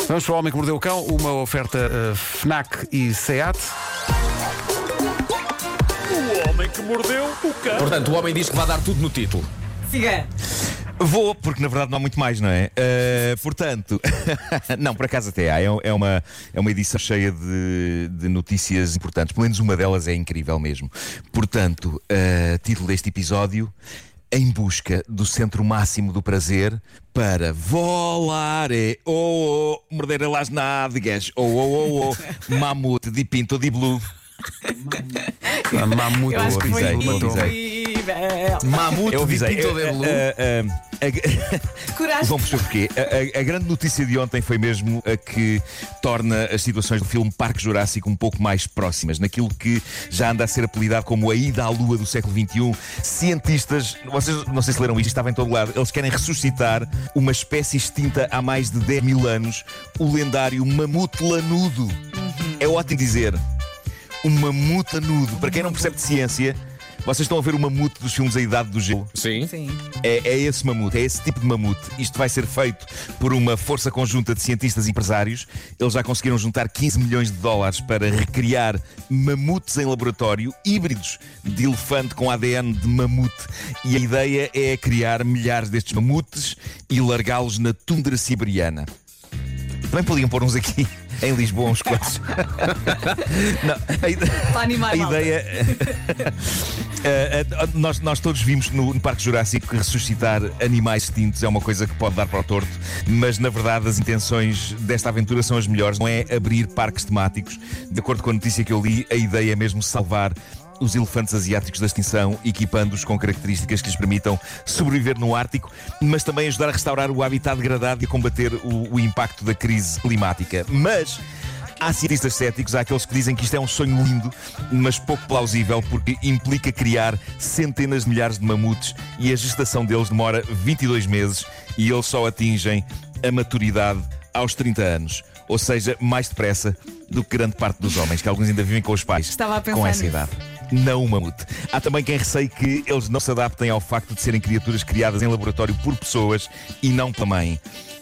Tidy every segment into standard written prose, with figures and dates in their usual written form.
Vamos para o Homem que Mordeu o Cão, uma oferta FNAC e SEAT. O Homem que Mordeu o Cão. Portanto, o homem diz que vai dar tudo no título. Siga. Vou, porque na verdade não há muito mais, não é? Portanto, não, por acaso até há. É uma edição cheia de notícias importantes. Pelo menos uma delas é incrível mesmo. Portanto, título deste episódio: Em busca do centro máximo do prazer para volare, morder las nádegas, mamute de pinto de blue. Mamute, Eu acho que foi avisei. Mamute Eu de avisei. Pinto de Blue. Coragem. Vão perceber porquê. A grande notícia de ontem foi mesmo a que torna as situações do filme Parque Jurássico um pouco mais próximas. Naquilo que já anda a ser apelidado como a ida à Lua do século XXI. Cientistas, vocês não sei se leram isto, estava em todo lado, eles querem ressuscitar uma espécie extinta há mais de 10 mil anos, o lendário mamute lanudo. É ótimo dizer. Um mamute lanudo. Para quem não percebe de ciência, vocês estão a ver o mamute dos filmes A Idade do Gelo? Sim. Sim. É esse mamute, é esse tipo de mamute. Isto vai ser feito por uma força conjunta de cientistas e empresários. Eles já conseguiram juntar 15 milhões de dólares para recriar mamutes em laboratório, híbridos de elefante com ADN de mamute. E a ideia é criar milhares destes mamutes e largá-los na tundra siberiana. Também podiam pôr uns aqui em Lisboa, uns quantos. Para animar A a malta. ideia. Nós todos vimos no Parque Jurássico que ressuscitar animais extintos é uma coisa que pode dar para o torto, mas na verdade as intenções desta aventura são as melhores. Não é abrir parques temáticos. De acordo com a notícia que eu li, a ideia é mesmo salvar os elefantes asiáticos da extinção, equipando-os com características que lhes permitam sobreviver no Ártico, mas também ajudar a restaurar o habitat degradado e a combater o impacto da crise climática. Mas há cientistas céticos, há aqueles que dizem que isto é um sonho lindo, mas pouco plausível, porque implica criar centenas de milhares de mamutes e a gestação deles demora 22 meses e eles só atingem a maturidade aos 30 anos. Ou seja, mais depressa do que grande parte dos homens, que alguns ainda vivem com os pais. Estava a pensar com essa nisso. idade. Não o mamute. Há também quem receie que eles não se adaptem ao facto de serem criaturas criadas em laboratório por pessoas e não pela mãe.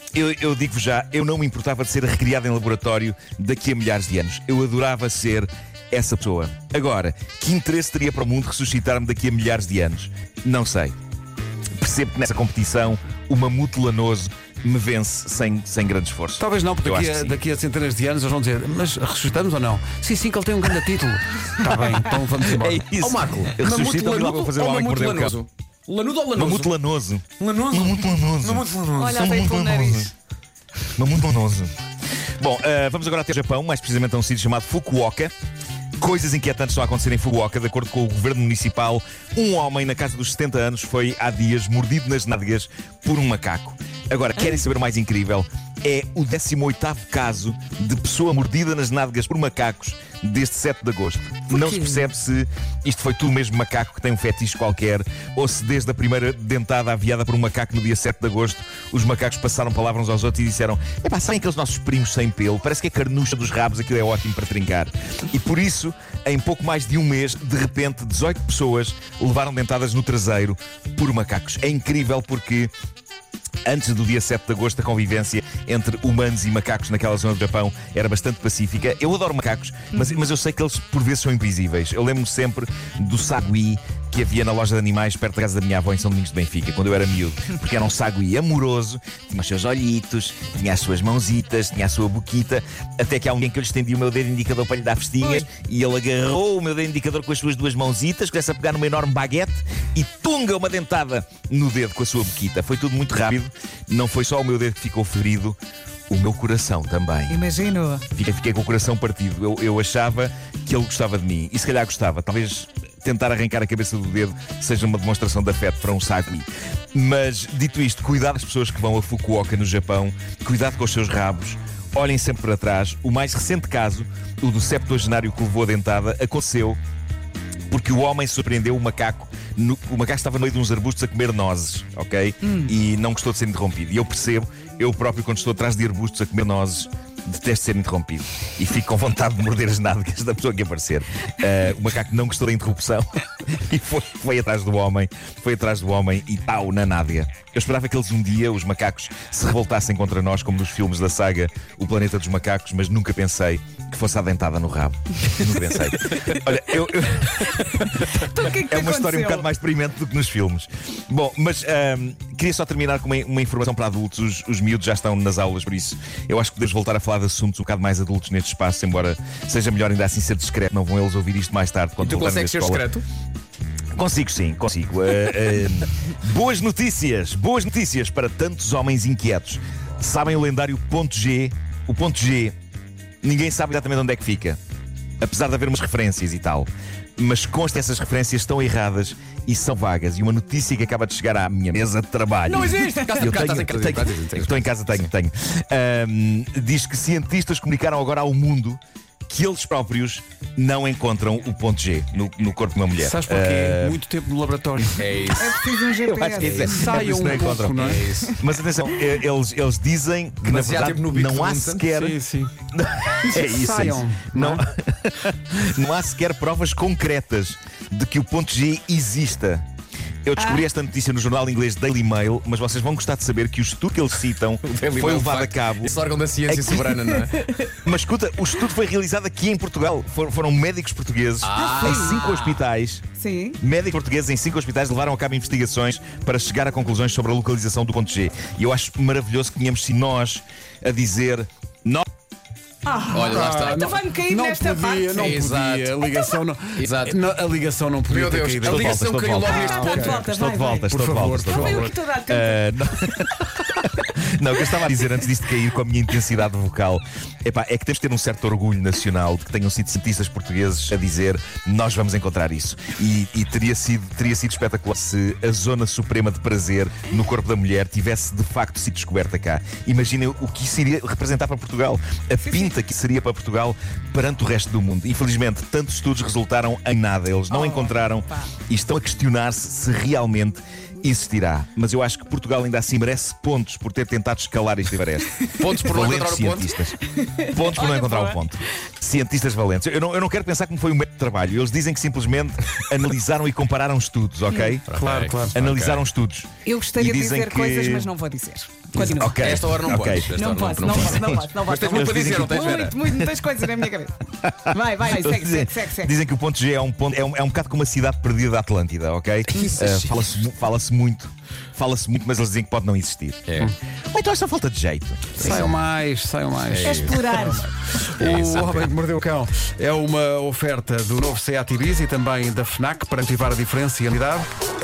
Eu digo-vos já, eu não me importava de ser recriado em laboratório daqui a milhares de anos. Eu adorava ser essa pessoa. Agora, que interesse teria para o mundo ressuscitar-me daqui a milhares de anos? Não sei. Percebo que nessa competição o mamute lanoso me vence sem grande esforço. Talvez não, porque Eu acho que sim. daqui a centenas de anos eles vão dizer: mas ressuscitamos ou não? Sim, que ele tem um grande título. Está bem, então vamos embora. É isso. Ó Marco, Ressuscita-me logo a fazer o homem que mamute mordeu o cão. lanoso? Lanudo ou lanoso? Mamute lanoso. Lanoso? Mamute lanoso. Mamute lanoso. Olha, até pelo nariz. Mamute lanoso. Bom, vamos agora até o Japão, mais precisamente a um sítio chamado Fukuoka. Coisas inquietantes estão a acontecer em Fukuoka. De acordo com o governo municipal, um homem na casa dos 70 anos foi há dias mordido nas nádegas por um macaco. Agora, querem saber o mais incrível? É o 18º caso de pessoa mordida nas nádegas por macacos desde 7 de agosto. Não se percebe se isto foi tu mesmo macaco que tem um fetiche qualquer ou se desde a primeira dentada aviada por um macaco no dia 7 de agosto os macacos passaram palavras uns aos outros e disseram: epá, sabem aqueles nossos primos sem pelo? Parece que a carnucha dos rabos, aquilo é ótimo para trincar. E por isso, em pouco mais de um mês, de repente 18 pessoas levaram dentadas no traseiro por macacos. É incrível porque antes do dia 7 de agosto, a convivência entre humanos e macacos naquela zona do Japão era bastante pacífica. Eu adoro macacos, mas eu sei que eles por vezes são invisíveis. Eu lembro-me sempre do sagui que havia na loja de animais perto da casa da minha avó em São Domingos de Benfica, quando eu era miúdo. Porque era um sagui amoroso, tinha os seus olhitos, tinha as suas mãozitas, tinha a sua boquita, até que há um dia que eu lhe estendi o meu dedo indicador para lhe dar festinhas e ele agarrou o meu dedo indicador com as suas duas mãozitas, começa a pegar numa enorme baguete e tunga uma dentada no dedo com a sua boquita. Foi tudo muito rápido. Não foi só o meu dedo que ficou ferido, o meu coração também. Imagino. Fiquei com o coração partido. Eu achava que ele gostava de mim. E se calhar gostava. Talvez tentar arrancar a cabeça do dedo seja uma demonstração de afeto para um sagui. Mas, dito isto, cuidado das pessoas que vão a Fukuoka, no Japão. Cuidado com os seus rabos. Olhem sempre para trás. O mais recente caso, o do septuagenário que levou a dentada, aconteceu porque o homem surpreendeu o macaco. O macaco estava no meio de uns arbustos a comer nozes, ok? E não gostou de ser interrompido. E eu percebo, eu próprio, quando estou atrás de arbustos a comer nozes, Detesto ser interrompido e fico com vontade de morder as nádegas da pessoa que aparecer. O macaco não gostou da interrupção e foi atrás do homem. Foi atrás do homem e tal na nádega. Eu esperava que eles um dia, os macacos, se revoltassem contra nós, como nos filmes da saga O Planeta dos Macacos, mas nunca pensei que fosse a dentada no rabo. Nunca pensei. Olha, Então, o que é que é uma te história um aconteceu? bocado mais deprimente do que nos filmes. Bom, mas queria só terminar com uma informação para adultos. Os miúdos já estão nas aulas, por isso eu acho que podemos voltar a falar de assuntos um bocado mais adultos neste espaço, embora seja melhor ainda assim ser discreto. Não vão eles ouvir isto mais tarde quando Tu voltarem da consegues ser escola. discreto? Consigo sim, consigo. Boas notícias para tantos homens inquietos. Sabem o lendário ponto G? O ponto G, ninguém sabe exatamente onde é que fica, apesar de haver umas referências e tal. Mas consta, essas referências estão erradas e são vagas. E uma notícia que acaba de chegar à minha mesa de trabalho. Não existe! Eu estou em casa, tenho. Diz que cientistas comunicaram agora ao mundo que eles próprios não encontram o ponto G no corpo de uma mulher. Sabes porquê? Muito tempo no laboratório. É isso. É preciso um Eu acho que é GPS. isso. Saiam Não um pouco, encontram. não é? É isso. Mas atenção, eles dizem que na Demasiado verdade tempo no bico não há de Bunsen. sequer. Sim, sim. É isso. Saiam, Não, não é? não há sequer provas concretas de que o ponto G exista. Eu descobri esta notícia no jornal inglês Daily Mail, mas vocês vão gostar de saber que o estudo que eles citam foi levado a cabo. Esse órgão da ciência Aqui. soberana, não é? Mas escuta, o estudo foi realizado aqui em Portugal. Foram médicos portugueses em 5 hospitais. Sim. Médicos portugueses em 5 hospitais levaram a cabo investigações para chegar a conclusões sobre a localização do ponto G. E eu acho maravilhoso que tenhamos sido nós a dizer. Olha, lá está. Então vai-me cair Não nesta podia, parte. não Exato. podia. A ligação não. Exato. A ligação não podia Meu ter Deus, caído. a ligação Estou de caiu volta. logo neste ponto. Volta, Estou de vai, volta, vai. estou de Por volta. favor, estou de por Veio volta. aqui toda a tempo. Não, o que eu estava a dizer antes disto cair com a minha intensidade vocal é que temos de ter um certo orgulho nacional de que tenham sido cientistas portugueses a dizer nós vamos encontrar isso. E teria sido espetacular se a zona suprema de prazer no corpo da mulher tivesse de facto sido descoberta cá. Imaginem o que isso iria representar para Portugal, a pinta que seria para Portugal perante o resto do mundo. Infelizmente, tantos estudos resultaram em nada. Eles não encontraram e estão a questionar-se se realmente existirá. Mas eu acho que Portugal ainda assim merece pontos por ter tentado escalar este Everest. Pontos por não Valentes encontrar o ponto. cientistas. Pontos por não encontrar o ponto. Cientistas valentes. Eu não quero pensar que me foi um método de trabalho. Eles dizem que simplesmente analisaram e compararam estudos, ok? Claro, claro. Analisaram estudos. Eu gostaria E de dizem dizer que- coisas, mas não vou dizer. Continua. Ok. A esta hora não Ok. podes. Esta Não hora posso, não posso. Mas tens muito para dizer, não tens, Vera? Muitas coisas na minha cabeça. Vai, segue. Dizem que o ponto G é um bocado como a cidade perdida da Atlântida, ok? Fala-se muito, mas eles dizem que pode não existir. É. Ou então esta falta de jeito. Saiam mais. É explorar. O Homem que Mordeu o Cão é uma oferta do novo Seat Ibiza e também da FNAC para ativar a diferença e a unidade.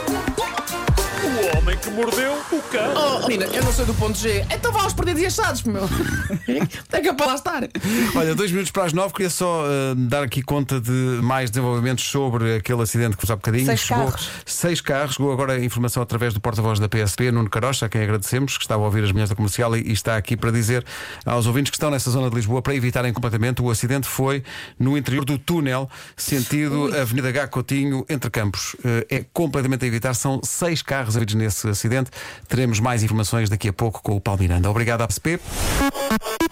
O homem que mordeu o cão. Oh, Nina, eu não sei do ponto G. Então vá aos perdidos e achados, meu. É capaz de lá estar. Olha, 2 minutos para as 9, queria só dar aqui conta de mais desenvolvimentos sobre aquele acidente que vos há bocadinho. 6 carros. 6 carros. Chegou agora a informação através do porta-voz da PSP, Nuno Carocha, a quem agradecemos, que estava a ouvir as manhãs da comercial e está aqui para dizer aos ouvintes que estão nessa zona de Lisboa para evitarem completamente. O acidente foi no interior do túnel, sentido Avenida H. Coutinho, entre Campos. É completamente a evitar. São 6 carros havidos nesse acidente. Teremos mais informações daqui a pouco com o Paulo Miranda. Obrigado à PSP.